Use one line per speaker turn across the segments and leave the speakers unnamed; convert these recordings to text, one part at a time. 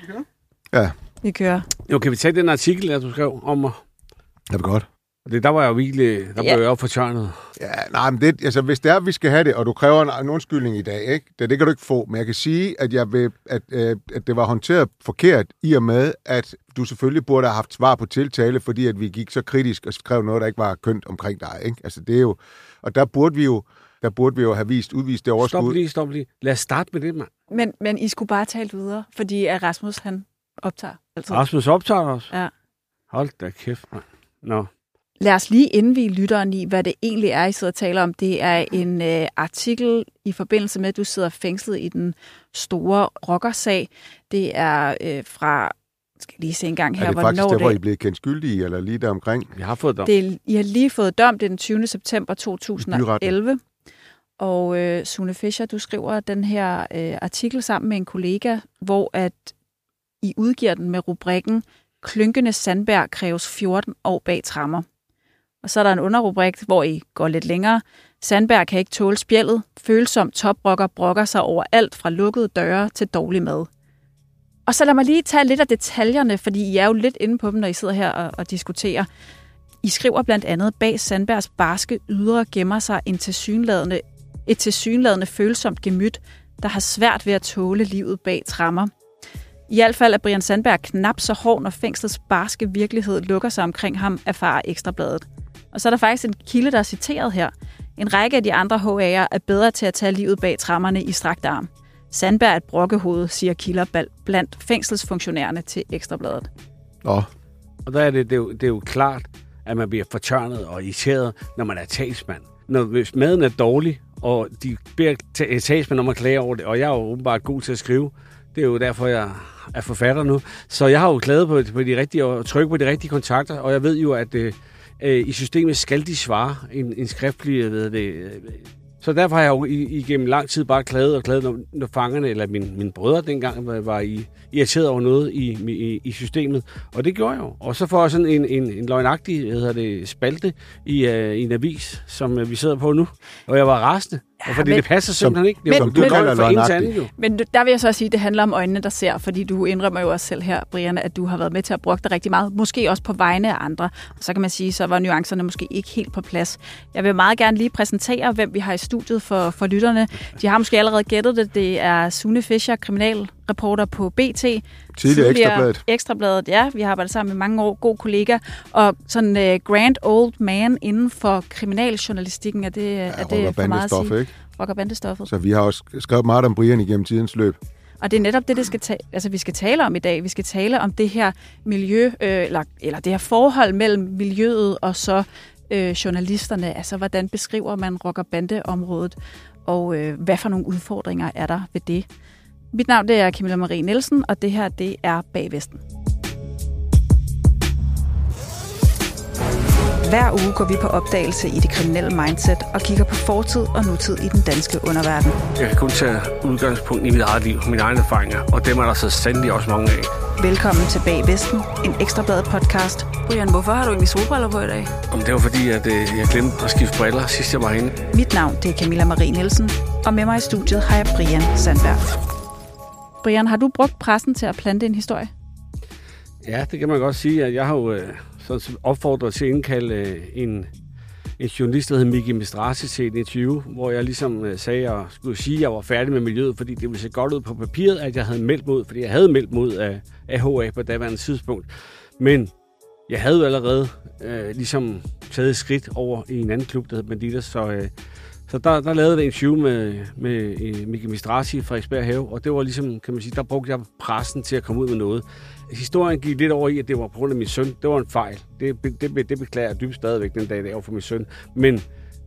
Ja.
Vi kører.
Jo, kan vi tage den artikel, der du skrev om mig?
Det er godt.
Der var jeg jo virkelig, der blev jeg jo fortørnet.
Ja, nej, men det, altså, hvis det er, vi skal have det, og du kræver en undskyldning i dag, ikke? Det kan du ikke få, men jeg kan sige, at at det var håndteret forkert i og med, at du selvfølgelig burde have haft svar på tiltale, fordi at vi gik så kritisk og skrev noget, der ikke var kønt omkring dig, ikke? Altså, det er jo... Og der burde vi jo have udvist det overskud.
Stop lige. Lad os starte med det, mand.
Men I skulle bare tale videre, fordi at Rasmus, han optager. Altså.
Rasmus optager os?
Ja.
Hold da kæft, mand. Nå.
Lad os lige indvie lytteren i, hvad det egentlig er, I sidder og taler om. Det er en artikel i forbindelse med, at du sidder fængslet i den store rockersag. Det er fra... Skal lige se en gang her,
er det faktisk der, hvor I blev kendt skyldige, eller lige der omkring?
Vi har fået dom.
I har lige fået dom. Det er den 20. september 2011. Og Sune Fischer, du skriver den her artikel sammen med en kollega, hvor at I udgiver den med rubrikken Klynkende Sandberg kræves 14 år bag tremmer. Og så er der en underrubrik, hvor I går lidt længere. Sandberg kan ikke tåle spjældet. Følsom toprocker brokker sig over alt fra lukkede døre til dårlig mad. Og så lad mig lige tage lidt af detaljerne, fordi I er jo lidt inde på dem, når I sidder her og diskuterer. I skriver blandt andet, bag Sandbergs barske ydre gemmer sig et tilsyneladende følsomt gemyt, der har svært ved at tåle livet bag tremmer. I hvert fald er Brian Sandberg knap så hård, når fængslets barske virkelighed lukker sig omkring ham, erfarer Ekstrabladet. Og så er der faktisk en kilde, der er citeret her. En række af de andre HA'er er bedre til at tage livet bag tremmerne i strakt arm. Sandberg er et brokkehoved, siger kilder blandt fængselsfunktionærerne til Ekstrabladet.
Nå.
Og der er det er jo klart, at man bliver fortørnet og irriteret, når man er talsmand. Hvis maden er dårlig, og de beder talsmand om at klage over det, og jeg er jo åbenbart god til at skrive, det er jo derfor, jeg er forfatter nu. Så jeg har jo klaget på de rigtige og trykket på de rigtige kontakter, og jeg ved jo, at i systemet skal de svare en skriftlig, Så derfor har jeg jo igennem lang tid bare klaget, når fangerne, eller mine brødre dengang, var irriteret over noget i systemet. Og det gjorde jeg jo. Og så får jeg sådan en løgnagtig spalte i en avis, som vi sidder på nu. Og jeg var rasende. Ja, fordi det passer simpelthen ikke. Det var
men der vil jeg så sige, at det handler om øjnene, der ser. Fordi du indrømmer jo også selv her, Brian, at du har været med til at bruge det rigtig meget. Måske også på vegne af andre. Og så kan man sige, så var nuancerne måske ikke helt på plads. Jeg vil meget gerne lige præsentere, hvem vi har i studiet for lytterne. De har måske allerede gættet det. Det er Sune Fischer, kriminalreporter på BT.
Tidligere
Ekstrabladet. Ja, vi har arbejdet sammen med mange år. God kollega. Og sådan grand old man inden for kriminaljournalistikken. Er det for meget at sige? Rock- og bandestoffet.
Så vi har også skrevet meget om Brian igennem tidens løb.
Og det er netop det, vi skal tale om i dag. Vi skal tale om det her miljø, eller det her forhold mellem miljøet og så journalisterne. Altså, hvordan beskriver man rock- og bandeområdet, og hvad for nogle udfordringer er der ved det? Mit navn det er Camilla Marie Nielsen, og det her det er Bag Vesten. Hver uge går vi på opdagelse i det kriminelle mindset og kigger på fortid og nutid i den danske underverden.
Jeg kan kun tage udgangspunkt i mit eget liv, mine egne erfaringer, og dem er der så sandelig også mange af.
Velkommen til Bag Vesten, en Ekstrabladet podcast. Brian, hvorfor har du egentlig solbriller på i dag?
Det var fordi, at jeg glemte at skifte briller, sidst jeg var inde.
Mit navn det er Camilla Marie Nielsen, og med mig i studiet har jeg Brian Sandberg. Brian, har du brugt pressen til at plante en historie?
Ja, det kan man godt sige, at jeg har jo opfordret til at indkalde en journalist, der hed Miki Mistrasi, til et interview, hvor jeg ligesom sagde, at jeg skulle sige, at jeg var færdig med miljøet, fordi det ville se godt ud på papiret, at jeg havde meldt mod, fordi jeg havde meldt mod af HA på daværende tidspunkt. Men jeg havde jo allerede ligesom taget et skridt over i en anden klub, der hed Banditas, så der lavede jeg et interview med Miki Mistrasi fra Frederiksberg Have, og det var ligesom, kan man sige, der brugte jeg pressen til at komme ud med noget. Historien gik lidt over i, at det var på grund af min søn. Det var en fejl. Det beklager jeg dybt stadigvæk den dag, det er for min søn. Men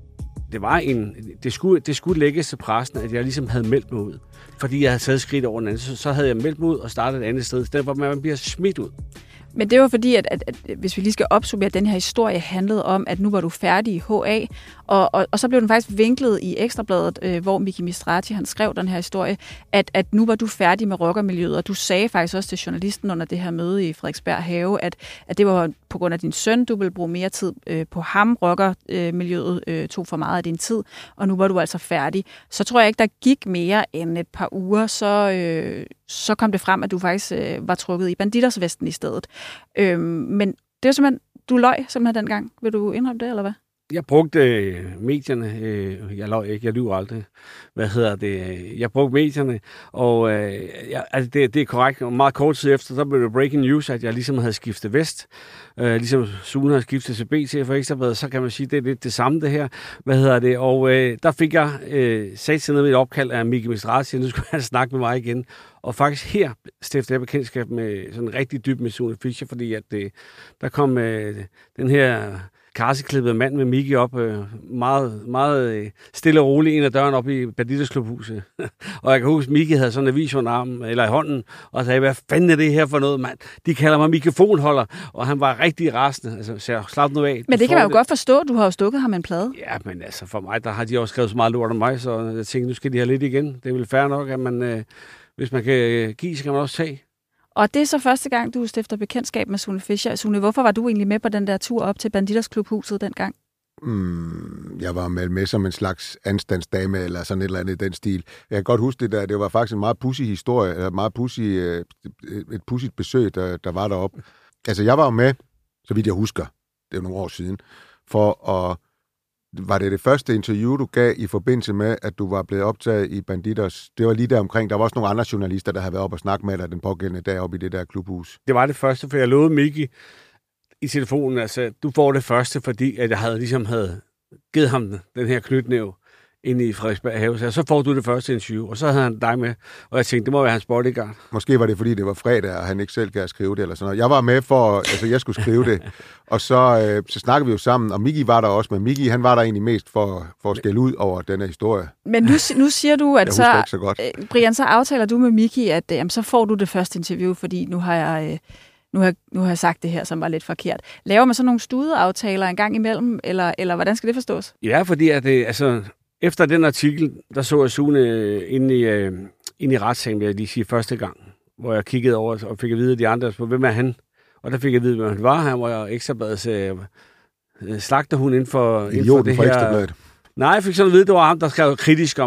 det skulle lægges til pressen, at jeg ligesom havde meldt mig ud. Fordi jeg havde taget skridt over den anden, så havde jeg meldt mig ud og startet et andet sted, i stedet for at man bliver smidt ud.
Men det var fordi, at hvis vi lige skal opsummere, den her historie handlede om, at nu var du færdig i HA, og så blev den faktisk vinklet i Ekstrabladet, hvor Miki Mistrati han skrev den her historie, at nu var du færdig med rockermiljøet, og du sagde faktisk også til journalisten under det her møde i Frederiksberg Have, at det var på grund af din søn, du ville bruge mere tid på ham, rockermiljøet tog for meget af din tid, og nu var du altså færdig. Så tror jeg ikke, der gik mere end et par uger, så kom det frem, at du faktisk var trukket i banditersvesten i stedet. Men det er simpelthen, du løj simpelthen dengang. Vil du indrømme det, eller hvad?
Jeg brugte medierne. Jeg løj ikke, jeg lyver aldrig. Jeg brugte medierne, og altså det er korrekt. Og meget kort tid efter, så blev det breaking news, at jeg ligesom havde skiftet vest. Ligesom Sune havde skiftet til BT for Ekstra Bladet, så kan man sige, det er lidt det samme det her. Og der fik jeg sat ned med et opkald af Miki Mistrati, nu skulle han snakke med mig igen. Og faktisk her stiftede jeg bekendtskab med sådan rigtig dybt med Sune Fischer, fordi at der kom den her karseklippede mand med Miki op, meget, meget stille og roligt ind ad døren op i Banditers Klubhuset. Og jeg kan huske, Miki havde sådan en avis under armen, eller i hånden, og sagde, hvad fanden er det her for noget, mand? De kalder mig mikrofonholder, og han var rigtig rasende. Altså, så jeg slap nu af.
Men det kan man jo godt forstå, du har jo stukket ham en plade.
Ja, men altså for mig, der har de også skrevet så meget lort om mig, så jeg tænkte, nu skal de have lidt igen. Det er vel fair nok, at man, hvis man kan give, så kan man også tage.
Og det er så første gang, du stifter bekendtskab med Sune Fischer. Sune, hvorfor var du egentlig med på den der tur op til Banditers Klubhuset dengang?
Jeg var med som en slags anstandsdame, eller sådan et eller andet i den stil. Jeg kan godt huske det der. Det var faktisk en meget pudsig historie, et pudsigt besøg, der var deroppe. Altså, jeg var jo med, så vidt jeg husker, det er nogle år siden, for at... Var det første interview, du gav i forbindelse med, at du var blevet optaget i Banditers? Det var lige der omkring. Der var også nogle andre journalister, der havde været op og snakke med dig den pågældende dag oppe i det der klubhus.
Det var det første, for jeg lovede Miki i telefonen, altså, du får det første, fordi at jeg havde givet ham den her knytnæve inde i Frederiksberg Have. Så får du det første interview, og så havde han dig med. Og jeg tænkte, det må være hans bodyguard.
Måske var det, fordi det var fredag, og han ikke selv kan skrive det eller sådan noget. Jeg var med for, altså jeg skulle skrive det. Og så snakkede vi jo sammen, og Miki var der også, men Miki, han var der egentlig mest for at skælde ud over denne historie.
Men nu siger du, at
så
Brian, så aftaler du med Miki, at så får du det første interview, fordi nu har jeg sagt det her, som var lidt forkert. Laver man så nogle studeaftaler en gang imellem, eller hvordan skal det forstås?
Ja, fordi at efter den artikel, der så jeg Sune inde i retssagen, vil jeg lige sige, første gang, hvor jeg kiggede over og fik at vide de andre, hvem er han? Og der fik jeg at vide, hvem han var. Han var Ekstra Bladets slagterhund inden for det her.
Ekstra Bladet.
Nej, jeg fik sådan at vide, det var ham, der skrev kritisk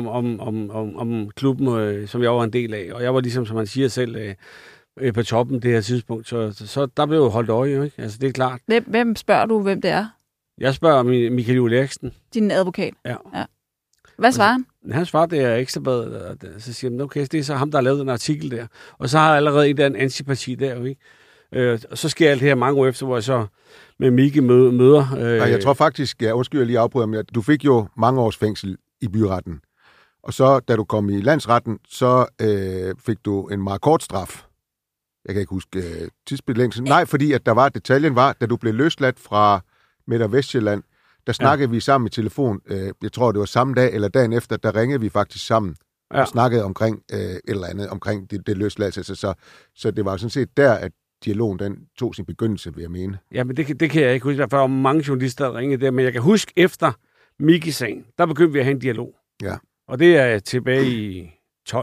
om klubben, som jeg var en del af. Og jeg var ligesom, som man siger selv, på toppen det her tidspunkt. Så der blev jo holdt øje, ikke? Altså, det er klart.
Hvem spørger du, hvem det er?
Jeg spørger Michael Juhl Eriksen.
Din advokat?
Ja.
Hvad svarer han?
Han svarer, det er Ekstra Bladet, og så siger han, okay, det er så ham, der har lavet den artikel der. Og så har jeg allerede en antipati der, jo, ikke? Og så sker alt det her mange år efter, hvor jeg så med Miki møder...
Nej, jeg tror faktisk, undskyld, jeg lige afbryder, men du fik jo mange års fængsel i byretten. Og så, da du kom i landsretten, så fik du en meget kort straf. Jeg kan ikke huske tidsbelængelsen. Nej, fordi at detaljen var, da du blev løsladt fra Midt- og Vestjylland, der snakkede vi sammen i telefon. Jeg tror, det var samme dag eller dagen efter, der ringede vi faktisk sammen og snakkede omkring et eller andet, omkring det løsladelse. Så det var sådan set der, at dialogen den tog sin begyndelse, vil jeg mene. Ja,
men det kan jeg ikke huske, for der var mange journalister, der ringede der, men jeg kan huske efter Miki-sagen, der begyndte vi at have en dialog.
Ja.
Og det er tilbage i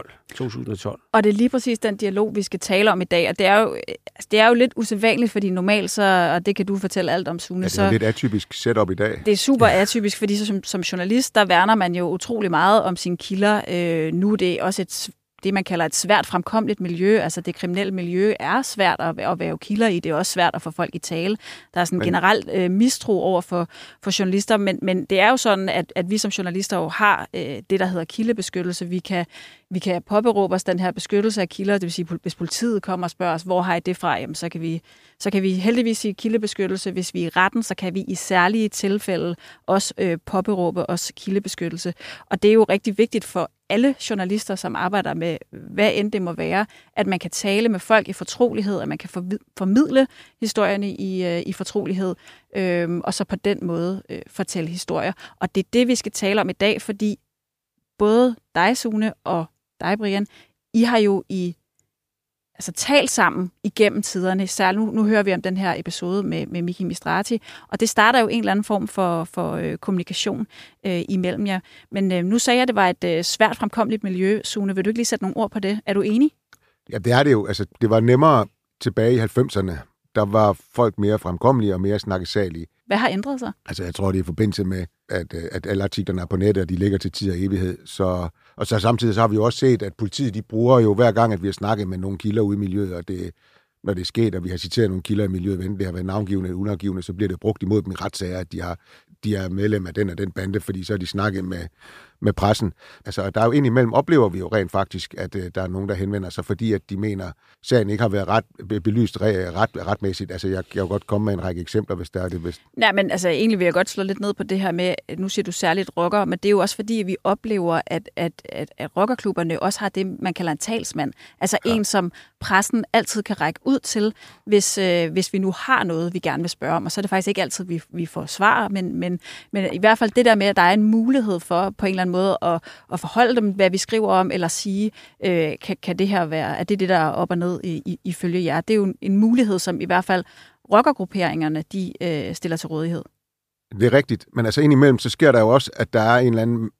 2012.
Og det er lige præcis den dialog, vi skal tale om i dag, og det er jo lidt usædvanligt, fordi normalt så, og det kan du fortælle alt om, Sune.
Ja, det er lidt atypisk setup i dag.
Det er super atypisk, fordi som journalist, der værner man jo utrolig meget om sine kilder. Nu er det også det, man kalder et svært fremkommeligt miljø. Altså det kriminelle miljø er svært at være kilder i. Det er også svært at få folk i tale. Der er sådan en generel mistro over for journalister, men det er jo sådan, at vi som journalister jo har det, der hedder kildebeskyttelse. Vi kan påberåbe os den her beskyttelse af kilder, det vil sige, hvis politiet kommer og spørger os, hvor har I det fra, jamen, så kan vi heldigvis sige kildebeskyttelse. Hvis vi er i retten, så kan vi i særlige tilfælde også påberåbe os kildebeskyttelse. Og det er jo rigtig vigtigt for alle journalister, som arbejder med, hvad end det må være, at man kan tale med folk i fortrolighed, at man kan formidle historierne i fortrolighed, og så på den måde fortælle historier. Og det er det, vi skal tale om i dag, fordi både dig, Sune, og dig, Brian, I har jo talt sammen igennem tiderne. Særligt nu hører vi om den her episode med Miki Mistrati, og det starter jo en eller anden form for kommunikation imellem jer. Men nu sagde jeg, at det var et svært fremkommeligt miljø. Sune, vil du ikke lige sætte nogle ord på det? Er du enig?
Ja, det er det jo. Altså, det var nemmere tilbage i 90'erne. Der var folk mere fremkommelige og mere snakkesalige.
Hvad har ændret sig?
Altså, jeg tror, det er i forbindelse med at alle artiklerne er på nettet, og de ligger til tid og evighed. Og så samtidig så har vi jo også set, at politiet de bruger jo hver gang, at vi har snakket med nogle kilder ude i miljøet, og når det er sket, og vi har citeret nogle kilder i miljøet, enten det har været navngivende eller unavngivende, så bliver det brugt imod dem i retssager, at de er medlem af den og den bande, fordi så har de snakket med pressen. Altså, der er jo indimellem, oplever vi jo rent faktisk, at der er nogen, der henvender sig, fordi at de mener, sagen ikke har været belyst retmæssigt. Altså, jeg kan jo godt komme med en række eksempler, hvis der er det.
Nej, men altså, egentlig vil jeg godt slå lidt ned på det her med, nu siger du særligt rocker, men det er jo også fordi, vi oplever, at rockerklubberne også har det, man kalder en talsmand. Altså en, som pressen altid kan række ud til, hvis vi nu har noget, vi gerne vil spørge om. Og så er det faktisk ikke altid, vi får svar, men i hvert fald det der med, at der er en mulighed for på en eller anden måde at forholde dem, hvad vi skriver om, eller sige, kan det her være, er det der er op og ned ifølge jer? Det er jo en mulighed, som i hvert fald rockergrupperingerne, de stiller til rådighed.
Det er rigtigt, men altså indimellem, så sker der jo også, at der er en eller anden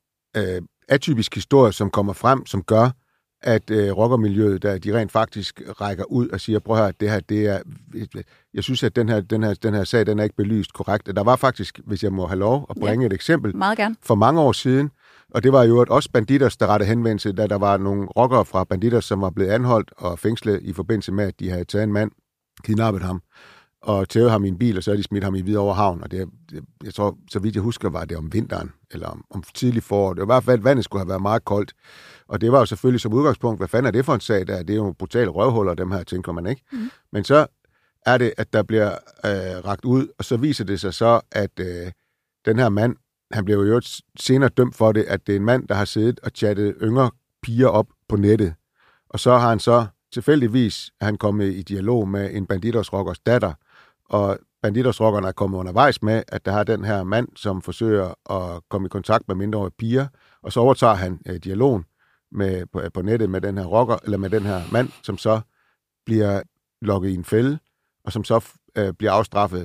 atypisk historie, som kommer frem, som gør, at rockermiljøet, der de rent faktisk rækker ud og siger, prøv at høre, det er, jeg synes, at den her sag, den er ikke belyst korrekt. Der var faktisk, hvis jeg må have lov at bringe et eksempel,
meget gerne.
For mange år siden, og det var jo også Bandidos, der rettede henvendelse, da der var nogle rockere fra Bandidos, som var blevet anholdt og fængslet i forbindelse med, at de havde taget en mand, kidnappet ham, og tævet ham i en bil, og så havde de smidt ham i Hvidovre Havn. Og jeg tror, så vidt jeg husker, var det om vinteren, eller om tidlig forår. Det var i hvert fald, at vandet skulle have været meget koldt. Og det var jo selvfølgelig som udgangspunkt, hvad fanden er det for en sag der? Det er jo brutale røvhuller, dem her, tænker man ikke. Mm. Men så er det, at der bliver rakt ud, og så viser det sig så, at den her mand, han blev jo senere dømt for det, at det er en mand, der har siddet og chattet yngre piger op på nettet. Og så har han så tilfældigvis, han kommet i dialog med en Bandidos-rockers datter, og Bandidos-rockerne er kommet undervejs med, at der har den her mand, som forsøger at komme i kontakt med mindreårige piger, og så overtager han dialogen på nettet med den her rocker, eller med den her mand, som så bliver lukket i en fælde, og som så bliver afstraffet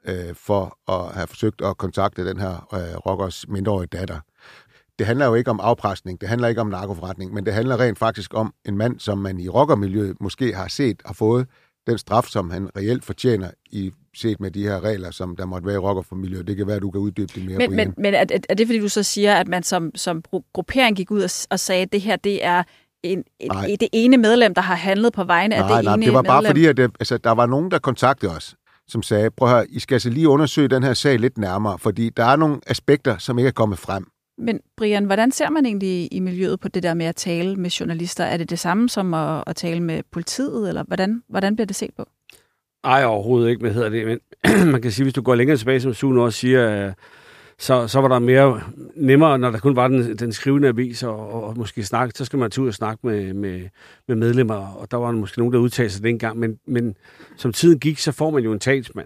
for at have forsøgt at kontakte den her rockers mindreårige datter. Det handler jo ikke om afpresning, det handler ikke om narkoforretning, men det handler rent faktisk om en mand, som man i rockermiljøet måske har fået den straf, som han reelt fortjener i set med de her regler, som der måtte være i rockerfamilier. Det kan være, at du kan uddybe det mere.
Men er det fordi, du så siger, at man som gruppering gik ud og sagde, at det her, det er det ene medlem, der har handlet på vegne af det ene medlem? Nej,
det var bare fordi, at der var nogen, der kontaktede os, som sagde, prøv at høre, I skal altså lige undersøge den her sag lidt nærmere, fordi der er nogle aspekter, som ikke er kommet frem.
Men Brian, hvordan ser man egentlig i miljøet på det der med at tale med journalister? Er det det samme som at tale med politiet, eller hvordan bliver det set på?
Nej, overhovedet ikke, hvad hedder det. Men man kan sige, hvis du går længere tilbage, som Sune også siger, så var der mere nemmere, når der kun var den skrivende avis, og måske snakke, så skal man tage ud og snakke med medlemmer, og der var måske nogen, der udtalte sig dengang. Men som tiden gik, så får man jo en talsmand.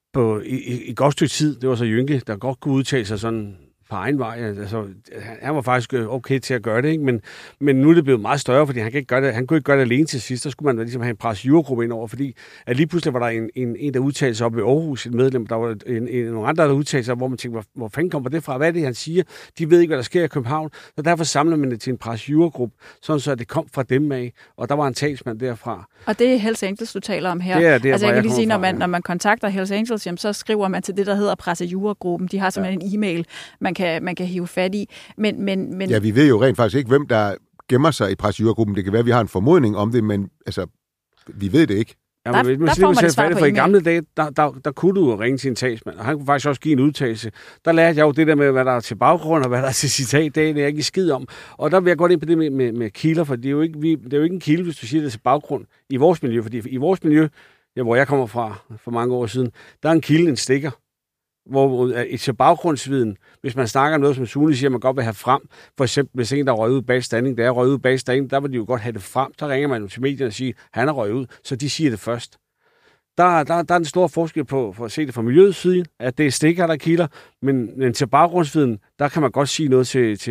I godt stykke tid, det var så Jynke, der godt kunne udtale sig sådan på egen vej. Altså, han var faktisk okay til at gøre det, ikke? Men nu er det blevet meget større, fordi han kunne ikke gøre det alene til sidst. Så skulle man ligesom have en presse-juragruppe ind over, fordi at lige pludselig var der en der udtalte sig op i Aarhus, et medlem, der var nogle andre, der udtalte sig, hvor man tænkte, hvor fanden kommer det fra? Hvad er det, han siger? De ved ikke, hvad der sker i København. Så derfor samler man det til en presse-juragruppe, sådan så det kom fra dem af, og der var en talsmand derfra.
Og det er Hells Angels, du taler om her.
Det er
altså, jeg kan lige sige, når man kontakter Hells Angels, jamen, så skriver man til det, der hedder presse-juragruppen. De har simpelthen en e-mail, man kan hive fat i. Men
ja, vi ved jo rent faktisk ikke, hvem der gemmer sig i presse-juragruppen. Det kan være, at vi har en formodning om det, men altså, vi ved det ikke.
Ja, men der får man det svar på for i gamle dage, der kunne du ringe til en talsmand, og han kunne faktisk også give en udtalelse. Der lærte jeg jo det der med, hvad der er til baggrund, og hvad der er til citat. Det er jeg ikke skid om. Og der vil jeg godt ind på det med kilder, for det er jo ikke en kilde, hvis du siger det til baggrund i vores miljø. Fordi i vores miljø, hvor jeg kommer fra for mange år siden, der er en kilde, en stikker. Hvor til baggrundsviden, hvis man snakker om noget, som Sune siger, man godt vil have frem, for eksempel hvis en, der er røget ud bag standing, der vil de jo godt have det frem, så ringer man jo til medierne og siger, han er røget ud, så de siger det først. Der er en stor forskel på, for at se det fra miljøets side, at det er stikker, der kilder, men til baggrundsviden, der kan man godt sige noget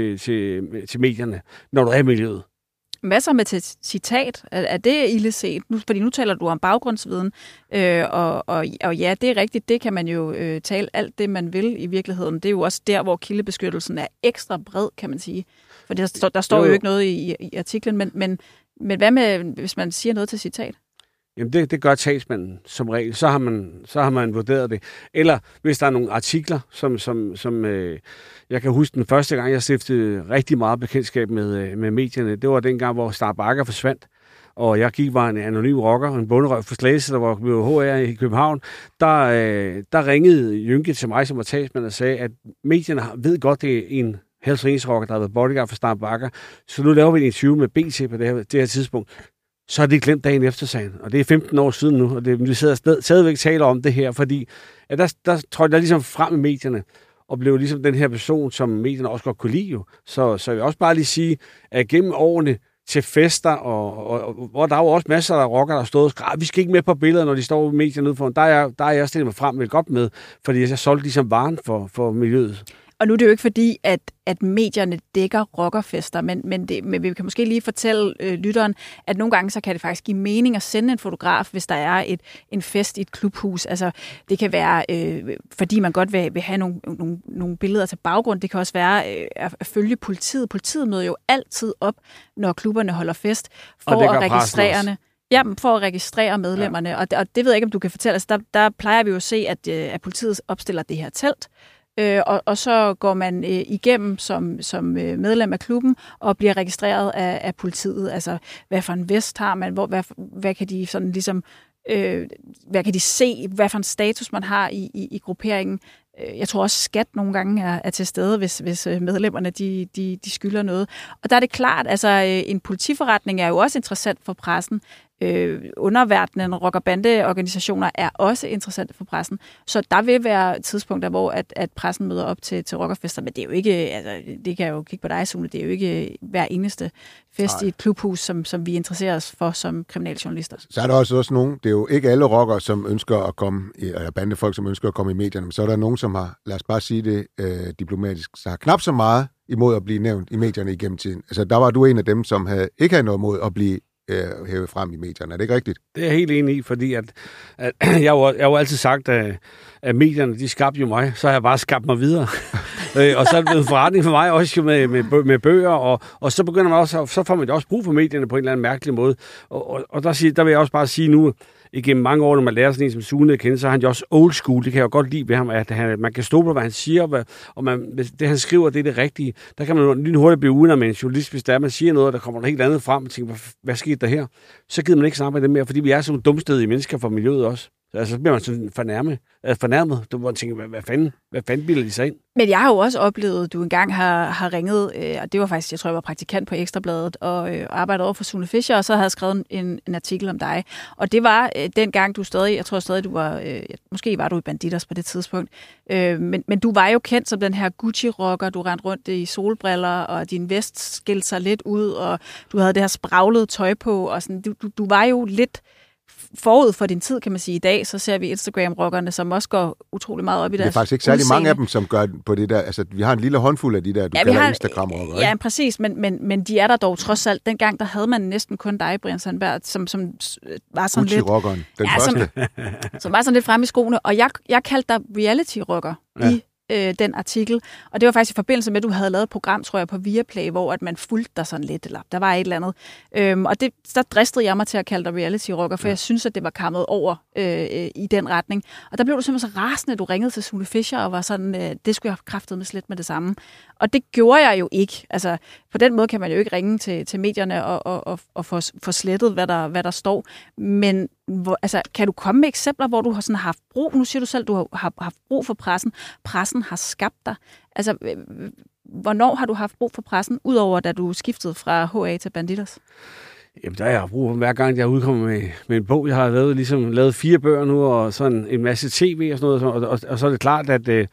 til medierne, når du er i miljøet.
Hvad så med til citat? Er det illeset? Fordi nu taler du om baggrundsviden, og ja, det er rigtigt, det kan man jo tale alt det, man vil i virkeligheden. Det er jo også der, hvor kildebeskyttelsen er ekstra bred, kan man sige. For der står jo ikke noget i artiklen, men hvad med, hvis man siger noget til citat?
Jamen, det gør talsmanden som regel. Så har man vurderet det. Eller hvis der er nogle artikler, som jeg kan huske den første gang, jeg stiftede rigtig meget bekendtskab med medierne. Det var dengang, hvor Star Bagger forsvandt. Og jeg var en anonym rocker, en bunderøv for Slagelse, der var ved HR i København. Der ringede Jynke til mig, som var talsmand, og sagde, at medierne ved godt, det er en Hells Angels rocker, der har været bodyguard for Star Bagger. Så nu laver vi en interview med BT på det her tidspunkt. Så har de glemt dagen efter sagen. Og det er 15 år siden nu, og vi sidder stadigvæk taler om det her, fordi at der tror jeg ligesom frem i medierne, og blev ligesom den her person, som medierne også godt kunne lide jo. Så jeg vil også bare lige sige, at gennem årene til fester, og hvor der er jo også masser af rockere, der har stået og skrevet, vi skal ikke med på billeder, når de står i medierne ude foran. Der er jeg stillet mig frem vel godt med, fordi jeg solgte ligesom varen for miljøet.
Og nu er det jo ikke fordi, at medierne dækker rockerfester, men vi kan måske lige fortælle lytteren, at nogle gange så kan det faktisk give mening at sende en fotograf, hvis der er en fest i et klubhus. Altså, det kan være, fordi man godt vil have nogle billeder til baggrund. Det kan også være at følge politiet. Politiet møder jo altid op, når klubberne holder fest, for at registrere. Ja, for at registrere medlemmerne. Ja. Og det ved jeg ikke, om du kan fortælle. Altså, der plejer vi jo at se, at politiet opstiller det her telt, og så går man igennem som medlem af klubben og bliver registreret af politiet. Altså, hvad for en vest har man? Hvad kan de sådan ligesom... hvad kan de se? Hvad for en status man har i grupperingen? Jeg tror også, skat nogle gange er til stede, hvis medlemmerne de skylder noget. Og der er det klart, altså en politiforretning er jo også interessant for pressen. Underverdenen, rock- og bandeorganisationer er også interessante for pressen. Så der vil være tidspunkter, hvor at pressen møder op til rockerfester, men det er jo ikke, altså, det kan jeg jo kigge på dig, Sune, det er jo ikke hver eneste fest i et klubhus, som vi interesserer os for som kriminaljournalister. Så
er der også nogen, det er jo ikke alle rockere, som ønsker at komme, eller bandefolk, som ønsker at komme i medierne, men så er der nogen, som har, lad os bare sige det diplomatisk, så har knap så meget imod at blive nævnt i medierne igennem tiden. Altså der var du en af dem, som ikke havde noget imod at blive hævet frem i medierne. Er det ikke rigtigt?
Det er jeg helt enig i, fordi at jeg har jo altid sagt, at medierne, de skabte jo mig, så har jeg bare skabt mig videre. Og så er det blevet en forretning for mig, også jo med bøger, og så begynder man også, så får man også brug for medierne på en eller anden mærkelig måde. Og der vil jeg også bare sige nu, igennem mange år, når man lærer sådan en som Sune at kende, så er han jo også old school. Det kan jeg jo godt lide ved ham, at man kan stole på, hvad han siger, og det han skriver, det er det rigtige. Der kan man lige hurtigt blive uenig med en journalist, hvis der man siger noget, der kommer noget helt andet frem, og tænker, hvad skete der her? Så gider man ikke snakke med dem mere, fordi vi er sådan domstedige mennesker for miljøet også. Altså, så bliver man sådan fornærmet. Du må tænke, hvad fanden bilder de sig ind?
Men jeg har jo også oplevet, at du engang har ringet, og det var faktisk, jeg tror, jeg var praktikant på Ekstrabladet, og arbejdede over for Sune Fischer, og så havde jeg skrevet en artikel om dig. Og det var dengang, du stadig, jeg tror stadig, du var, måske var du i Bandidos på det tidspunkt, men du var jo kendt som den her Gucci-rocker, du rendte rundt i solbriller, og din vest skilte sig lidt ud, og du havde det her spraglede tøj på, og sådan, du var jo lidt forud for din tid, kan man sige. I dag, så ser vi Instagram-rockerne, som også går utrolig meget op i deres
Det er faktisk ikke særlig mange af dem, som gør på det der. Altså, vi har en lille håndfuld af de der, kalder Instagram-rockere.
Ja, præcis, men de er der dog trods alt. Dengang, der havde man næsten kun dig, Brian Sandberg, som var sådan lidt...
Gucci-rockeren, den første.
Som var sådan lidt fremme i skoene. Og jeg kaldte dig reality-rocker i den artikel. Og det var faktisk i forbindelse med, at du havde lavet et program, tror jeg, på Viaplay, hvor at man fulgte dig sådan lidt, eller der var et eller andet. Og så dristede jeg mig til at kalde dig reality-rocker, for jeg synes, at det var kammet over i den retning. Og der blev du simpelthen så rasende, at du ringede til Sune Fischer og var sådan, det skulle jeg have kraftet med slet med det samme. Og det gjorde jeg jo ikke. Altså, på den måde kan man jo ikke ringe til medierne og få slettet, hvad der står. Men kan du komme med eksempler, hvor du har sådan haft brug? Nu siger du selv, du har haft brug for pressen. Pressen har skabt dig. Altså, hvornår har du haft brug for pressen, udover da du skiftede fra HA til Bandidos?
Jamen, der har jeg brug for hver gang, jeg udkommer med en bog. Jeg har lavet 4 bøger nu, og sådan en masse tv og sådan noget. Og så er det klart,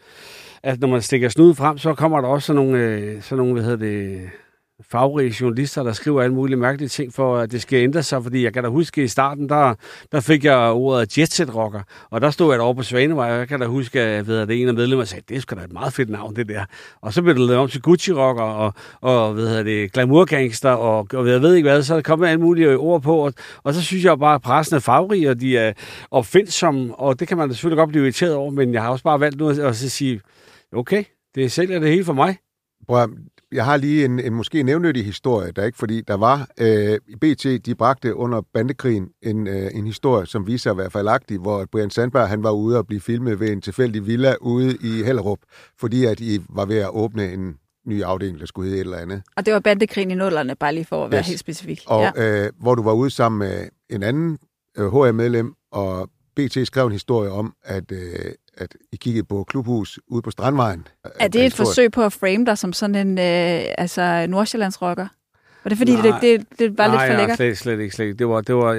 at når man stikker snuden frem, så kommer der også sådan nogle fagrige journalister, der skriver alle mulige mærkelige ting for, at det skal ændre sig, fordi jeg kan da huske, i starten, der fik jeg ordet jetset-rocker, og der stod jeg derovre på Svanevej, og jeg kan da huske, at en af medlemmer sagde, det er sgu da et meget fedt navn, det der. Og så blev det lavet om til Gucci-rocker, og glamour-gangster, og jeg ved ikke hvad, så er der kommet alle mulige ord på, og så synes jeg bare, at pressen er fagrige, og de er opfindsomme, og det kan man da selvfølgelig godt blive irriteret over, men jeg har også bare valgt nu at sige, okay, det sælger det hele for mig.
Prøv Jeg har lige en måske nævnyttig historie, der ikke, fordi der var i BT, de bragte under bandekrigen en historie, som viser sig at være fejlagtig, hvor Brian Sandberg, han var ude og blive filmet ved en tilfældig villa ude i Hellerup, fordi at I var ved at åbne en ny afdeling, der skulle hedde et eller andet.
Og det var bandekrigen i 00'erne, bare lige for at være helt specifik.
Og hvor du var ude sammen med en anden HR-medlem, og BT skrev en historie om, at I kiggede på klubhus ude på Strandvejen.
Er det et forsøg på at frame dig som sådan en Nordsjællandsrocker? Var det fordi, det var lidt for lækkert? Nej,
slet ikke. Der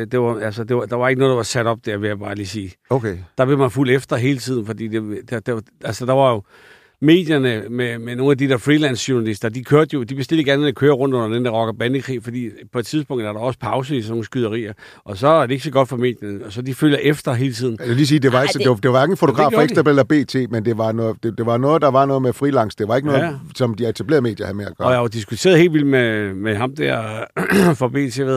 var ikke noget, der var sat op der, vil jeg bare lige sige.
Okay.
Der blev man fuld efter hele tiden, fordi der var jo medierne med nogle af de der freelance-journalister, de bestilte gerne at køre rundt under den der rock- og bandekrig, fordi på et tidspunkt er der også pause i sådan nogle skyderier, og så er det ikke så godt for medierne, og så de følger efter hele tiden.
Jeg vil lige sige, det var ikke en fotograf fra Ekstra eller BT, men det var noget, der var noget med freelance. Det var ikke noget, som de etablerede medier havde med at gøre.
Og jeg har jo diskuteret helt vildt med ham der for BT, 24/7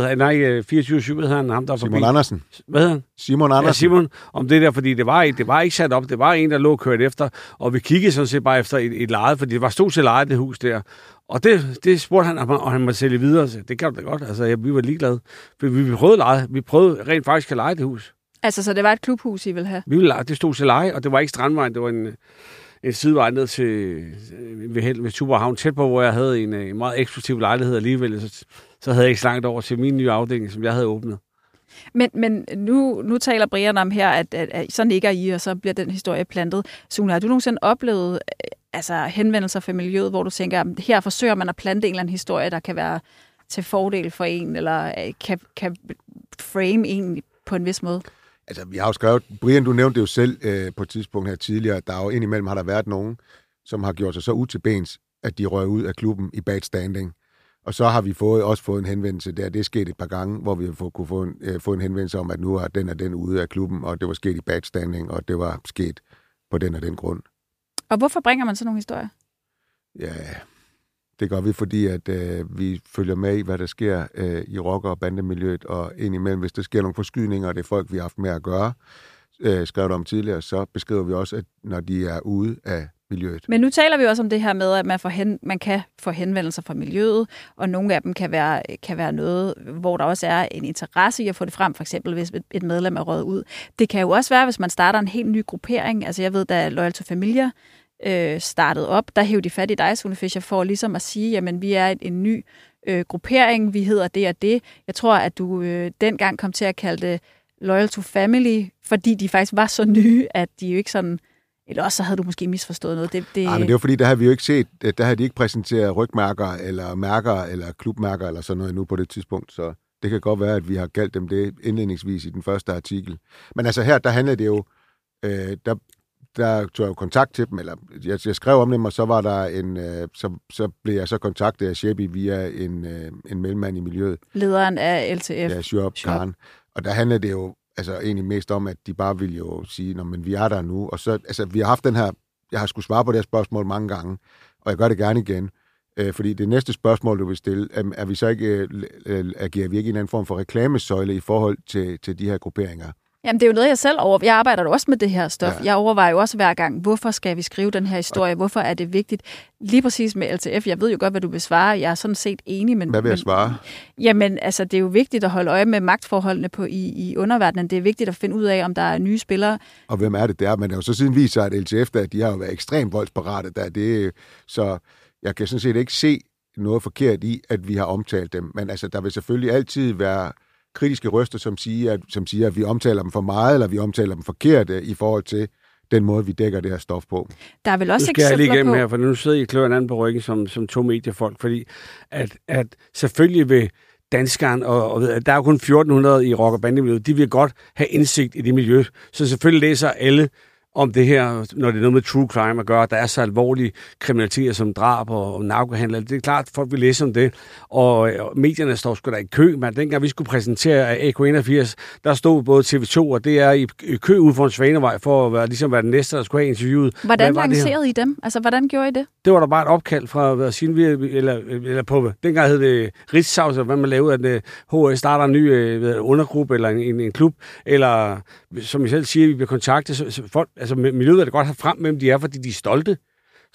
ved han, ham der
Simon Andersen.
Hvad hedder han?
Simon Andersen.
Ja, Simon, om det der, fordi det var ikke sat op, det var en, der lå kørt efter, og vi kiggede sådan set bare efter et leje, fordi det var stort set lejet, det hus der. Og det spurgte han, og han måtte sælge videre. Så det kan du da godt. Altså, vi var ligeglade. For vi prøvede leje. Vi prøvede rent faktisk at leje det hus.
Altså, så det var et klubhus, I ville have?
Vi ville leje. Det stod til leje, og det var ikke Strandvejen. Det var en sidevej ned til ved Tuborghavn, tæt på, hvor jeg havde en meget eksklusiv lejlighed alligevel. Så havde jeg ikke så langt over til min nye afdeling, som jeg havde åbnet.
Men nu taler Brian om her, at så nikker I, og så bliver den historie plantet. Sune, har du nogensinde oplevet henvendelser fra miljøet, hvor du tænker, at her forsøger man at plante en eller anden historie, der kan være til fordel for en, eller kan frame en på en vis måde?
Altså, vi har jo skrevet, Brian, du nævnte det jo selv på et tidspunkt her tidligere, at der jo indimellem har der været nogen, som har gjort sig så ud til bens, at de røg ud af klubben i bad standing. Og så har vi også fået en henvendelse der. Det er sket et par gange, hvor vi kunne få en henvendelse om, at nu er den og den ude af klubben, og det var sket i bad standing, og det var sket på den og den grund.
Og hvorfor bringer man sådan nogle historier?
Ja, det gør vi, fordi at vi følger med i, hvad der sker i rocker- og bandemiljøet, og indimellem, hvis der sker nogle forskydninger, og det er folk, vi har haft med at gøre, skrevet om tidligere, så beskriver vi også, at når de er ude af miljøet.
Men nu taler vi også om det her med, at man kan få henvendelser fra miljøet, og nogle af dem kan være noget, hvor der også er en interesse i at få det frem, for eksempel hvis et medlem er røget ud. Det kan jo også være, hvis man starter en helt ny gruppering. Altså jeg ved, da Loyal to Familia startede op, der hævde de fat i dig, Sune Fischer, for ligesom at sige, jamen vi er en ny gruppering, vi hedder det og det. Jeg tror, at du dengang kom til at kalde det Loyal to Family, fordi de faktisk var så nye, at de jo ikke sådan. Eller også så havde du måske misforstået noget.
Nej, men det var fordi, der havde vi jo ikke set, der havde de ikke præsenteret rygmærker, eller mærker, eller klubmærker, eller sådan noget nu på det tidspunkt. Så det kan godt være, at vi har kaldt dem det indledningsvis i den første artikel. Men altså her, der handlede det jo, der tog jeg jo kontakt til dem, eller jeg skrev om dem, og så var der så blev jeg så kontaktet af Shebi via en mellemmand i miljøet.
Lederen af LTF.
Ja, Shoaib Khan. Og der handlede det jo altså egentlig mest om, at de bare ville jo sige, men vi er der nu. Og så, altså, vi har haft den her, jeg har skulle svare på det her spørgsmål mange gange, og jeg gør det gerne igen. Fordi det næste spørgsmål, du vil stille, er vi så ikke, agerer vi ikke en anden form for reklamesøjle i forhold til de her grupperinger? Jamen,
det er jo noget, jeg selv overvejer. Jeg arbejder jo også med det her stof. Ja. Jeg overvejer jo også hver gang, hvorfor skal vi skrive den her historie? Hvorfor er det vigtigt? Lige præcis med LTF. Jeg ved jo godt, hvad du vil svare. Jeg er sådan set enig. Men,
hvad vil jeg svare?
Jamen, altså, det er jo vigtigt at holde øje med magtforholdene i underverdenen. Det er vigtigt at finde ud af, om der er nye spillere. Og
hvem er det der? Men det er jo så siden viser, at LTF, de har jo været ekstremt voldsparate der. Så jeg kan sådan set ikke se noget forkert i, at vi har omtalt dem. Men altså, der vil selvfølgelig altid være kritiske røster, som siger, at vi omtaler dem for meget, eller vi omtaler dem forkert i forhold til den måde, vi dækker det her stof på.
Der er vel også
eksempler på... Nu skal jeg lige igennem her, for nu sidder I klør en anden på ryggen som to mediefolk, fordi at selvfølgelig vil danskeren, og der er jo kun 1400 i rock- og bandemiljøet, de vil godt have indsigt i det miljø, så selvfølgelig læser alle om det her, når det er noget med true crime at gøre, der er så alvorlige kriminaliteter som drab og narkohandel. Det er klart, at folk vil læse om det, og medierne står sgu da i kø. Men dengang vi skulle præsentere AK81, der stod både TV2 og DR i kø ude for en Svanevej for at være den næste, der skulle have interviewet.
Hvordan lancerede I dem? Altså, hvordan gjorde I det?
Det var der bare et opkald fra eller på, dengang hed det Ritzau, hvad man lavede, at HS starter en ny undergruppe eller en klub, eller som I selv siger, vi bliver kontaktet, så folk, altså miljøet er det godt have frem med dem, de er, fordi de er stolte.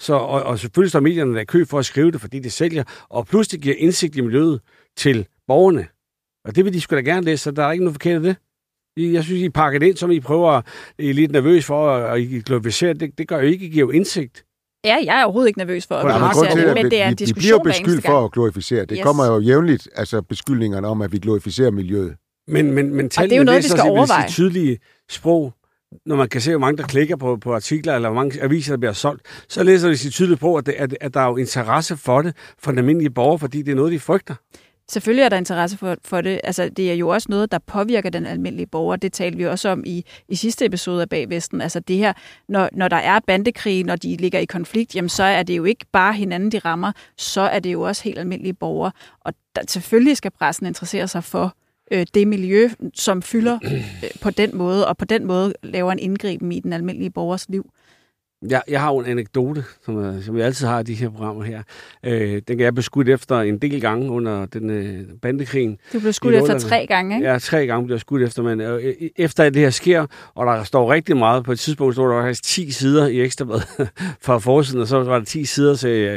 Og selvfølgelig står medierne der i kø for at skrive det, fordi det sælger, og pludselig giver indsigt i miljøet til borgerne. Og det vil de sgu da gerne læse, så der er ikke noget forkert i det. Jeg synes, I pakker det ind, som I prøver, I er lidt nervøs for, og I glorificerer. Det gør jo ikke, I giver jo indsigt.
Ja, jeg er overhovedet ikke nervøs for at
glorificere det, men det er en diskussion. Vi bliver jo beskyldt for at glorificere. Det kommer jo jævnligt, altså beskyldningerne om, at vi glorificerer miljøet.
Men
det er jo noget, vi skal overveje.
Det tydelige sprog, når man kan se, hvor mange der klikker på artikler, eller hvor mange aviser, der bliver solgt, så læser de sig tydeligt på, at der er jo interesse for det, for den almindelige borger, fordi det er noget, de frygter.
Selvfølgelig er der interesse for det. Altså, det er jo også noget, der påvirker den almindelige borger. Det talte vi også om i sidste episode af Bagvesten. Altså det her, når der er bandekrig, når de ligger i konflikt, jamen så er det jo ikke bare hinanden, de rammer, så er det jo også helt almindelige borgere. Og selvfølgelig skal pressen interessere sig for det miljø, som fylder på den måde, og på den måde laver en indgriben i den almindelige borgers liv.
Jeg har jo en anekdote, som jeg altid har i de her programmer her. Den kan jeg blive skudt efter en del gange under den bandekrigen.
Du blev skudt efter 3 gange, ikke?
Ja, 3 gange blev jeg skudt efter, men efter at det her sker, og der står rigtig meget, på et tidspunkt stod der faktisk 10 sider i Ekstrabladet fra forsiden, og så var der 10 sider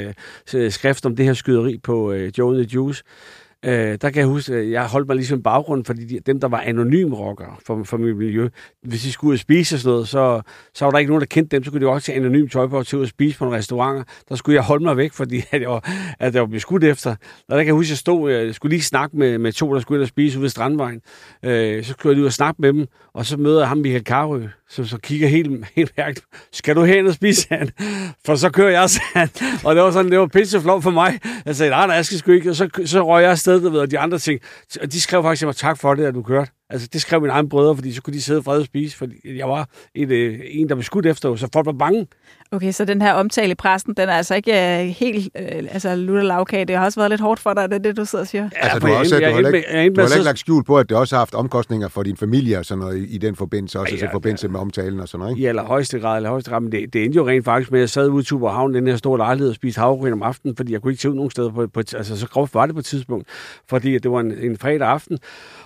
til skrift om det her skyderi på Joe the Juice. Der kan jeg huske, at jeg holdt mig ligesom baggrund, fordi dem, der var anonyme rockere for mit miljø, hvis de skulle ud og spise og sådan noget, så var der ikke nogen, der kendte dem, så kunne de også tage anonymt tøj på og tage ud og spise på nogle restauranter. Der skulle jeg holde mig væk, fordi at jeg var blevet skudt efter. Og der kan jeg huske, at jeg skulle lige snakke med 2, der skulle ind og spise ude ved Strandvejen. Så skulle jeg lige ud og snakke med dem, og så møder jeg ham, Michael Carøe, som så kigger helt mærkeligt. Skal du hen og spise, han? For så kører jeg, han. Og det var pisseflot for mig. Jeg sagde, nej, jeg skal sgu ikke. Og så røg jeg afsted, og de andre ting. Og de skrev faktisk, at tak for det, at du kørte. Altså, det skrev mine egne brødre, fordi så kunne de sidde fred og spise, fordi jeg var en, der blev skudt efter, så folk var bange.
Okay, så den her omtale i pressen, den er altså ikke helt lutter lavkage. Det har også været lidt hårdt for dig, det er det, du sidder og siger.
Altså, du har ikke lagt skjul på, at det også har haft omkostninger for din familie og sådan noget i den forbindelse, også i forbindelse med omtalen og sådan noget, ikke?
I allerhøjeste grad, men det endte jo rent faktisk med, at jeg sad ude i Tuborghavn, den her store lejlighed, og spiste havregryn om aftenen, fordi jeg kunne ikke se ud nogen steder, altså så groft var det på et tidspunkt, fordi det var en fredag aften,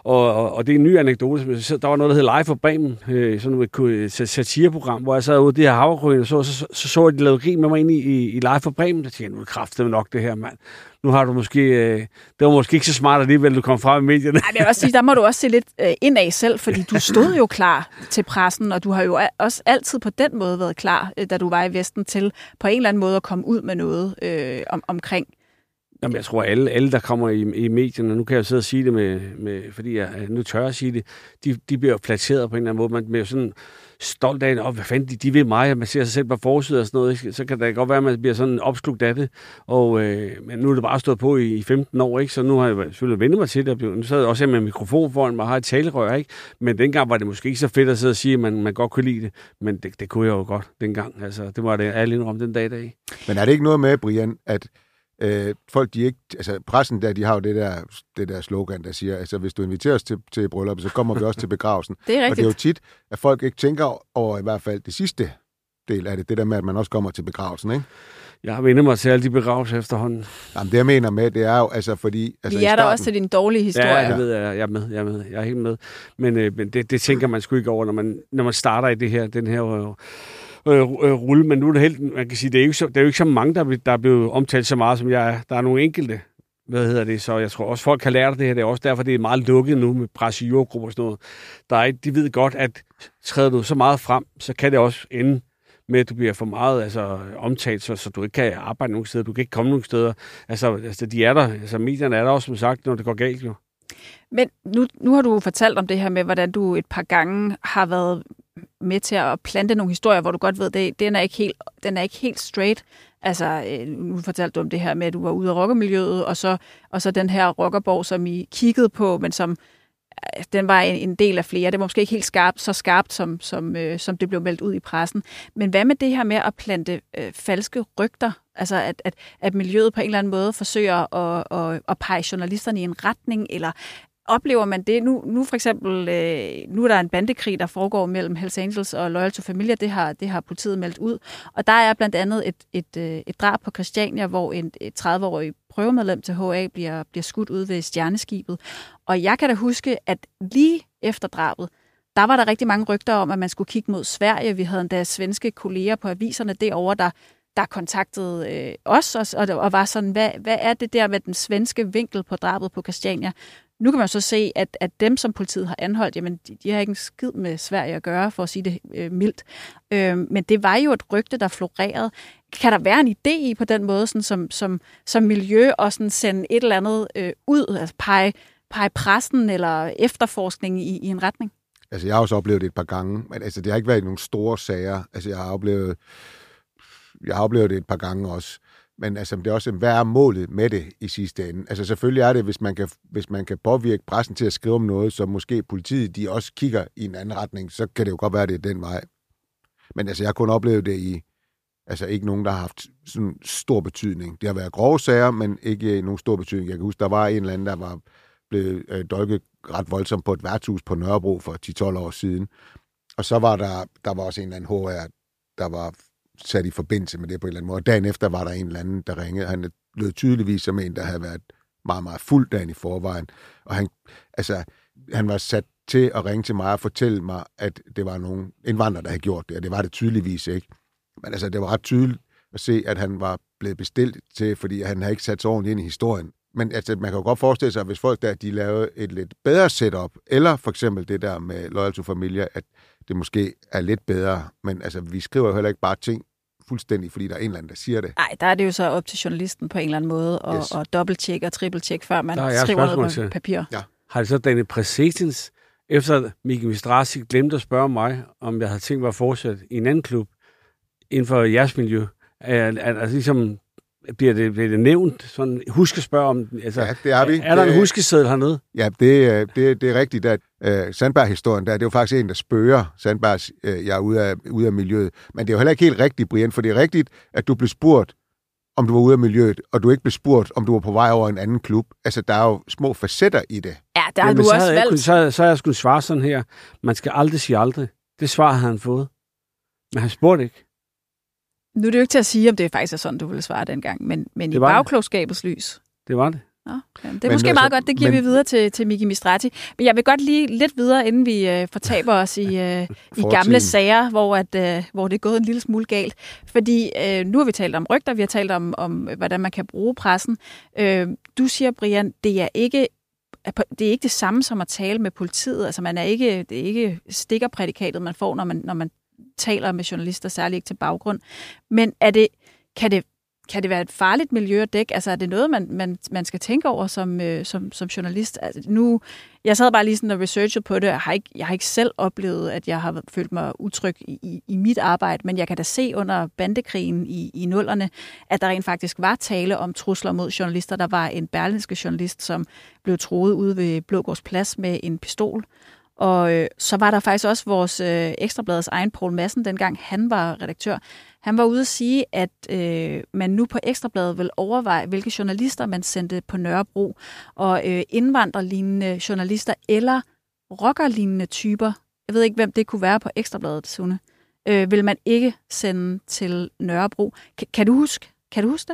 og det er en ny anekdote. Der var noget, der hed Live for Bremen, sådan et satireprogram, hvor jeg sad ude i det her havregryn, og så at de lavede grin med mig ind i Live for Bremen. Der tænkte jeg, nu er det kraftedeme nok det her, mand. Nu har du måske... det var måske ikke så smart alligevel, du kom frem i medierne.
Nej, det vil også sige, der må du også se lidt indad selv, fordi du stod jo klar til pressen, og du har jo også altid på den måde været klar, da du var i Vesten, til på en eller anden måde at komme ud med noget omkring.
Jamen, jeg tror, alle der kommer i medierne, nu kan jeg jo sidde og sige det med fordi jeg nu tør at sige det, de bliver placeret på en eller anden måde. Man bliver sådan stolt af, hvad fanden, de vil mig, og man ser sig selv på forsiden og sådan noget, ikke? Så kan det godt være, at man bliver sådan opslugt af det. Men nu er det bare stået på i 15 år, ikke? Så nu har jeg selvfølgelig vendt mig til det. Nu sad jeg også med en mikrofon foran mig og har et talerør, ikke? Men dengang var det måske ikke så fedt at sidde og sige, at man godt kunne lide det. Men det kunne jeg jo godt dengang. Altså, det var det alle indrømme den dag i dag.
Men er det ikke noget med, Brian, at folk, de ikke, altså pressen der, de har jo det der slogan, der siger, altså hvis du inviterer os til bryllup, så kommer vi også til begravelsen.
Det er rigtigt.
Og det er jo tit, at folk ikke tænker over i hvert fald det sidste del af det der med, at man også kommer til begravelsen, ikke?
Jeg har vendt mig til alle de begravelser efterhånden.
Jamen, det jeg mener med, det er jo, altså fordi... Altså,
vi er der også til din dårlige historie.
Ja, det ved jeg. Jeg er med. Jeg er helt med. Men det tænker man sgu ikke over, når man starter i den her rulle, men nu er det helt, man kan sige, det er jo ikke så mange, der er blevet omtalt så meget, som jeg er. Der er nogle enkelte, så jeg tror også, folk kan lære det her. Det er også derfor, det er meget lukket nu med presse i jordgrupper og sådan noget. De ved godt, at træder du så meget frem, så kan det også ende med, at du bliver for meget omtalt, så du ikke kan arbejde nogen steder, du kan ikke komme nogen steder. Altså de er der, altså medierne er der også, som sagt, når det går galt jo.
Men nu har du fortalt om det her med, hvordan du et par gange har været med til at plante nogle historier, hvor du godt ved, den er ikke helt straight. Altså, nu fortalte du om det her med, at du var ude af rockermiljøet, og så den her rockerborg, som I kiggede på, men som den var en del af flere. Det var måske ikke helt så skarpt, som det blev meldt ud i pressen. Men hvad med det her med at plante falske rygter? Altså, at miljøet på en eller anden måde forsøger at pege journalisterne i en retning, eller oplever man det? Nu for eksempel, nu er der en bandekrig, der foregår mellem Hells Angels og Loyal to Familia. Det har politiet meldt ud. Og der er blandt andet et drab på Christiania, hvor et 30-årig prøvemedlem til HA bliver skudt ude ved Stjerneskibet. Og jeg kan da huske, at lige efter drabet, der var der rigtig mange rygter om, at man skulle kigge mod Sverige. Vi havde endda svenske kolleger på aviserne derovre, der kontaktede os og var sådan, hvad er det der med den svenske vinkel på drabet på Christiania? Nu kan man så se, at dem, som politiet har anholdt, jamen, de har ikke en skid med Sverige at gøre, for at sige det mildt. Men det var jo et rygte, der florerede. Kan der være en idé i på den måde, sådan som miljø, og sådan sende et eller andet ud, altså pege pressen eller efterforskning i en retning?
Altså, jeg har også oplevet det et par gange, men altså, det har ikke været nogle store sager. Altså, jeg har oplevet det et par gange også. Men altså, det er også, hvad er målet med det i sidste ende? Altså, selvfølgelig er det, hvis man kan påvirke pressen til at skrive om noget, så måske politiet, de også kigger i en anden retning, så kan det jo godt være, det er den vej. Men altså, jeg har kun oplevet det i, altså ikke nogen, der har haft sådan stor betydning. Det har været grove sager, men ikke nogen stor betydning. Jeg kan huske, der var en eller anden, der var blevet dolket ret voldsomt på et værtshus på Nørrebro for 10-12 år siden. Og så var der var også en eller anden HR, der var sat i forbindelse med det på en eller anden måde. Og dagen efter var der en eller anden, der ringede. Han lød tydeligvis som en, der havde været meget, meget fuld dagen i forvejen. Og han var sat til at ringe til mig og fortælle mig, at det var nogle indvandrere, der havde gjort det, og det var det tydeligvis ikke. Men altså, det var ret tydeligt at se, at han var blevet bestilt til, fordi han havde ikke sat sig ordentligt ind i historien. Men altså, man kan jo godt forestille sig, at hvis folk der, de lavede et lidt bedre setup, eller for eksempel det der med Loyal to Familia, at det måske er lidt bedre. Men altså, vi skriver jo heller ikke bare ting fuldstændig, fordi der er en eller anden, der siger det.
Nej, der er det jo så op til journalisten på en eller anden måde, og dobbelttjekke og trippeltjekke, før man skriver noget på papir.
Ja. Har det så dannet præcedens, efter Miki Mistrasi glemte at spørge mig, om jeg havde tænkt mig at fortsætte i en anden klub inden for jeres miljø? Altså ligesom, bliver det nævnt? Sådan, husk at spørge om... Altså,
ja, det er vi.
Er der en huskeseddel hernede?
Ja, det er rigtigt, at Sandberg-historien, det er jo faktisk en, der spørger Sandbergs, jeg er ude af miljøet. Men det er jo heller ikke helt rigtigt, Brian, for det er rigtigt, at du blev spurgt, om du var ude af miljøet, og du ikke blev spurgt, om du var på vej over en anden klub. Altså, der er jo små facetter i det.
Ja, der har du også valgt.
Så har jeg skulle svare sådan her. Man skal aldrig sige aldrig. Det svar havde han fået. Men han spurgte ikke.
Nu er det jo ikke til at sige, om det faktisk er sådan, du ville svare dengang, men i bagklogskabets lys.
Det var det.
Nå, ja, det er måske meget godt, det giver vi videre til Miki Mistrati. Men jeg vil godt lige lidt videre, inden vi fortaber os i gamle sager, hvor det er gået en lille smule galt. Fordi nu har vi talt om rygter, vi har talt om hvordan man kan bruge pressen. Du siger, Brian, det er ikke det samme som at tale med politiet. Altså det er ikke stikkerprædikatet, man får, når man taler med journalister, særligt ikke til baggrund. Men kan det være et farligt miljø at dække? Altså er det noget, man skal tænke over som journalist? Altså, jeg sad bare lige sådan og researchede på det. Jeg har ikke selv oplevet, at jeg har følt mig utryg i mit arbejde, men jeg kan da se under bandekrigen i nullerne, at der rent faktisk var tale om trusler mod journalister. Der var en berlingske journalist, som blev truet ude ved Blågårds Plads med en pistol. Og så var der faktisk også vores Ekstrabladets egen Poul Madsen, dengang han var redaktør. Han var ude at sige, at man nu på Ekstrabladet vil overveje, hvilke journalister man sendte på Nørrebro, og indvandrerlignende journalister eller rockerlignende typer. Jeg ved ikke, hvem det kunne være på Ekstrabladet, Sune. Vil man ikke sende til Nørrebro. Kan du huske det?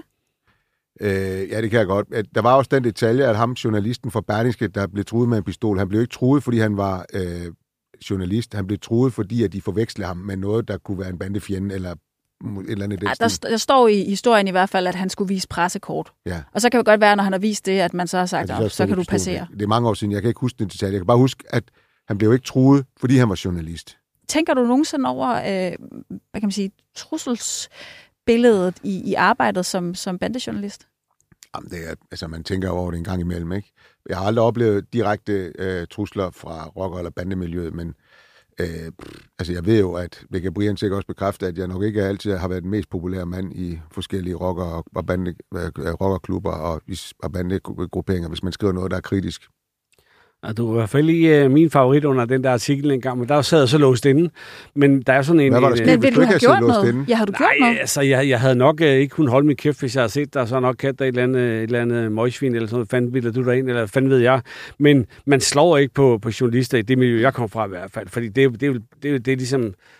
Ja, det kan jeg godt. Der var også den detalje, at ham, journalisten fra Berlingske, der blev truet med en pistol, han blev ikke truet, fordi han var journalist. Han blev truet, fordi at de forvekslede ham med noget, der kunne være en bandefjende eller et eller andet.
Der står i historien i hvert fald, at han skulle vise pressekort. Ja. Og så kan det godt være, når han har vist det, at man så har sagt, så kan du passere.
Det er mange år siden. Jeg kan ikke huske den detalje. Jeg kan bare huske, at han blev ikke truet, fordi han var journalist.
Tænker du nogensinde over, hvad kan man sige, trusselsbilledet i arbejdet som bandejournalist?
Jamen, det er, altså man tænker over det en gang imellem, ikke? Jeg har aldrig oplevet direkte trusler fra rocker- eller bandemiljøet, men altså jeg ved jo, at det kan Brian sikkert også bekræfte, at jeg nok ikke altid har været den mest populære mand i forskellige rockerklubber og bandegrupperinger, hvis man skriver noget, der er kritisk.
Du var i hvert fald ikke min favorit under den der artikel engang, men der sad jeg så låst inde. Men der er sådan en...
Hvad var der sket, hvis du ikke havde siddet låst inde?
Ja, har du gjort noget?
Altså, jeg havde nok ikke kunnet holde min kæft, hvis jeg havde set der så nok kat der et eller andet møgsvin eller sådan noget. Fanden ville du derind, eller fanden ved jeg. Men man slår ikke på journalister i det miljø, jeg kommer fra i hvert fald. Fordi det er ligesom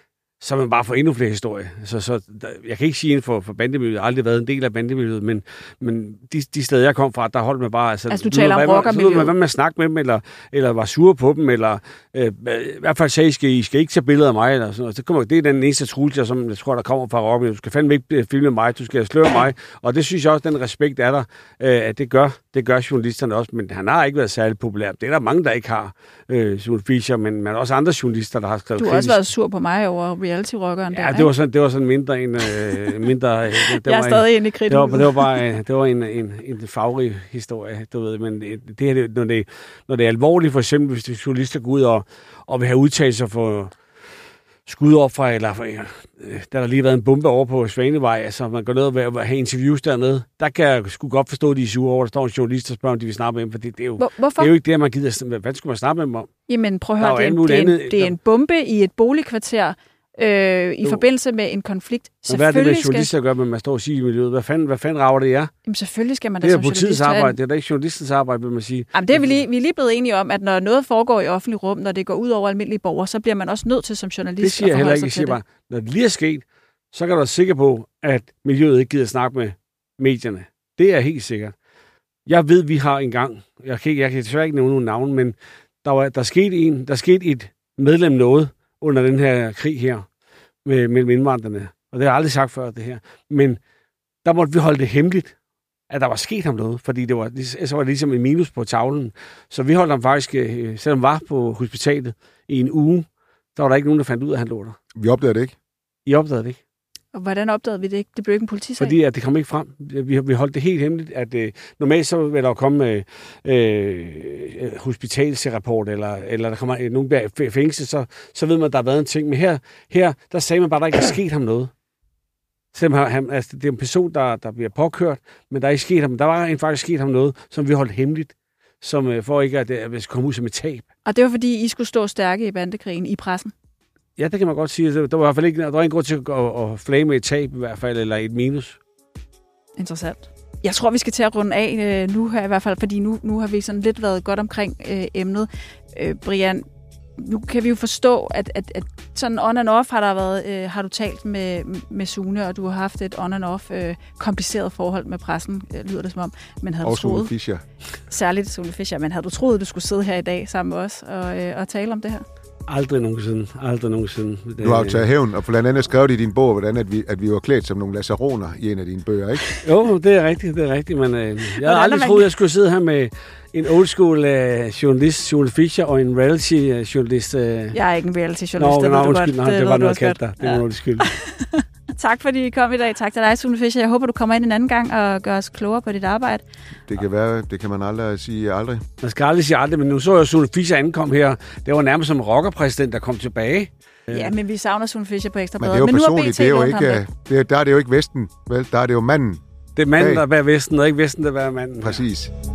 så man bare får endnu flere historier. Jeg kan ikke sige inden for bandemiljøet, jeg har aldrig været en del af bandemiljøet, men de steder, jeg kom fra, der holdt man bare...
Altså du taler om rockermiljøet?
Hvad man snakke med dem, eller var sure på dem, eller i hvert fald sagde, I skal ikke tage billeder af mig, eller sådan noget. Det er den eneste trussel, som jeg tror, der kommer fra rockmiljøet. Du skal fandme ikke filme mig, du skal sløre mig, og det synes jeg også, den respekt er der, at det gør journalisterne også, men han har ikke været særlig populær. Det er der mange, der ikke har, Sune Fischer, men også andre journalister, der har skrevet
kritisk. Du har også været sur på mig over reality-rockeren.
Ja, det var sådan mindre en... jeg
er stadig inde i kridthuset.
Det var en fagrig historie, du ved, men det her, når det er alvorligt, for eksempel, hvis journalister går ud og vil have udtalelser for skudoffer, eller der har lige været en bombe over på Svanevej, altså man går ned og have interviews dernede, der kan jeg sgu godt forstå, at de er sure over, der står en journalist og spørger, om de vil snakke med dem, for det er jo, det er jo ikke det, man gider. Hvad skulle man snakke med dem om?
Jamen prøv at høre, det er en bombe i et boligkvarter, i forbindelse med en konflikt.
Hvad er det med journalister at gøre, med man står og siger i miljøet? Hvad fanden rager det jer?
Jamen selvfølgelig skal man da
som
journalist.
Det er politiets arbejde, det er da ikke journalistens arbejde, vil man sige.
Jamen det er vi er lige blevet enige om, at når noget foregår i offentlig rum, når det går ud over almindelige borgere, så bliver man også nødt til som journalist
det siger jeg heller ikke. Jeg siger bare, når det lige er sket, så kan du være sikker på, at miljøet ikke gider snakke med medierne. Det er helt sikkert. Jeg ved, vi har engang, jeg kan desværre ikke nævne nogen navn, men der skete et medlem noget under den her krig her, mellem indvandrerne. Og det har jeg aldrig sagt før, det her. Men der måtte vi holde det hemmeligt, at der var sket ham noget, fordi så var det ligesom en minus på tavlen. Så vi holdt ham faktisk, selvom han var på hospitalet i en uge, der var der ikke nogen, der fandt ud af, at han lå der.
Vi opdagede det ikke?
I opdagede det ikke.
Og hvordan opdagede vi det ikke? Det blev ikke en politisag?
Fordi at det kom ikke frem. Vi holdt det helt hemmeligt, at normalt så vil der komme hospitalsrapport, eller der kommer nogen fængsel, så ved man, at der har været en ting. Men her der sagde man bare, at der ikke er sket ham noget. Selvom det er en person, der bliver påkørt, men der er ikke sket ham. Der var faktisk sket ham noget, som vi holdt hemmeligt, som for ikke at det skal komme ud som et tab.
Og det var fordi, I skulle stå stærke i bandekrigen i pressen?
Ja, det kan man godt sige. Der var i hvert fald ikke, der var ingen grund til at flage med et tab i hvert fald, eller et minus.
Interessant. Jeg tror, vi skal til at runde af nu her i hvert fald, fordi nu har vi sådan lidt været godt omkring emnet. Brian, nu kan vi jo forstå, at sådan on and off har du talt med Sune, og du har haft et on and off kompliceret forhold med pressen, lyder det som om. Men havde
og
du troet,
Sune Fischer.
Særligt Sune Fischer, men havde du troet, at du skulle sidde her i dag sammen med os og tale om det her?
Aldrig nogensinde.
Du har jo taget hævn, og blandt andet skrevet i din bog, hvordan at vi var klædt som nogle lasaroner i en af dine bøger, ikke?
Jo, det er rigtigt, men jeg havde aldrig troet, at jeg skulle sidde her med en old school journalist, Sune Fischer, og en reality journalist. Jeg
er ikke en reality journalist, det var noget kaldt
dig. Det var noget skyld.
Tak fordi I kom i dag. Tak til dig, Sune Fischer. Jeg håber, du kommer ind en anden gang og gør os klogere på dit arbejde.
Det kan være, det kan man aldrig sige aldrig.
Man skal aldrig sige aldrig, men nu så jeg Sune Fischer ankom her. Det var nærmest som rockerpræsident, der kom tilbage.
Ja, men vi savner Sune Fischer på Ekstra Bladet.
Men det er jo personligt, det er jo ikke, der er det jo ikke Vesten, vel? Der er det jo manden.
Det er manden, der bærer Vesten, og ikke Vesten, der bærer manden.
Præcis.